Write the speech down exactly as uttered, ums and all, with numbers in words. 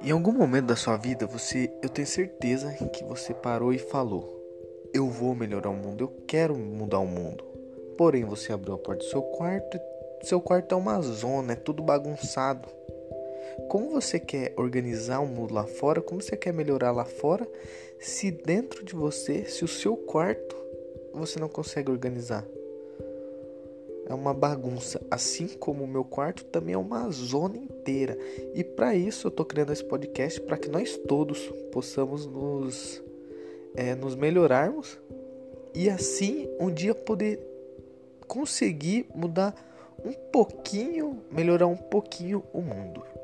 Em algum momento da sua vida, você, eu tenho certeza que você parou e falou: eu vou melhorar o mundo, eu quero mudar o mundo. Porém, você abriu a porta do seu quarto e seu quarto é uma zona, é tudo bagunçado. Como você quer organizar o mundo lá fora? Como você quer melhorar lá fora? Se dentro de você, se o seu quarto você não consegue organizar? É uma bagunça, assim como o meu quarto também é uma zona inteira. E para isso eu tô criando esse podcast para que nós todos possamos nos, é, nos melhorarmos e assim um dia poder conseguir mudar um pouquinho, melhorar um pouquinho o mundo.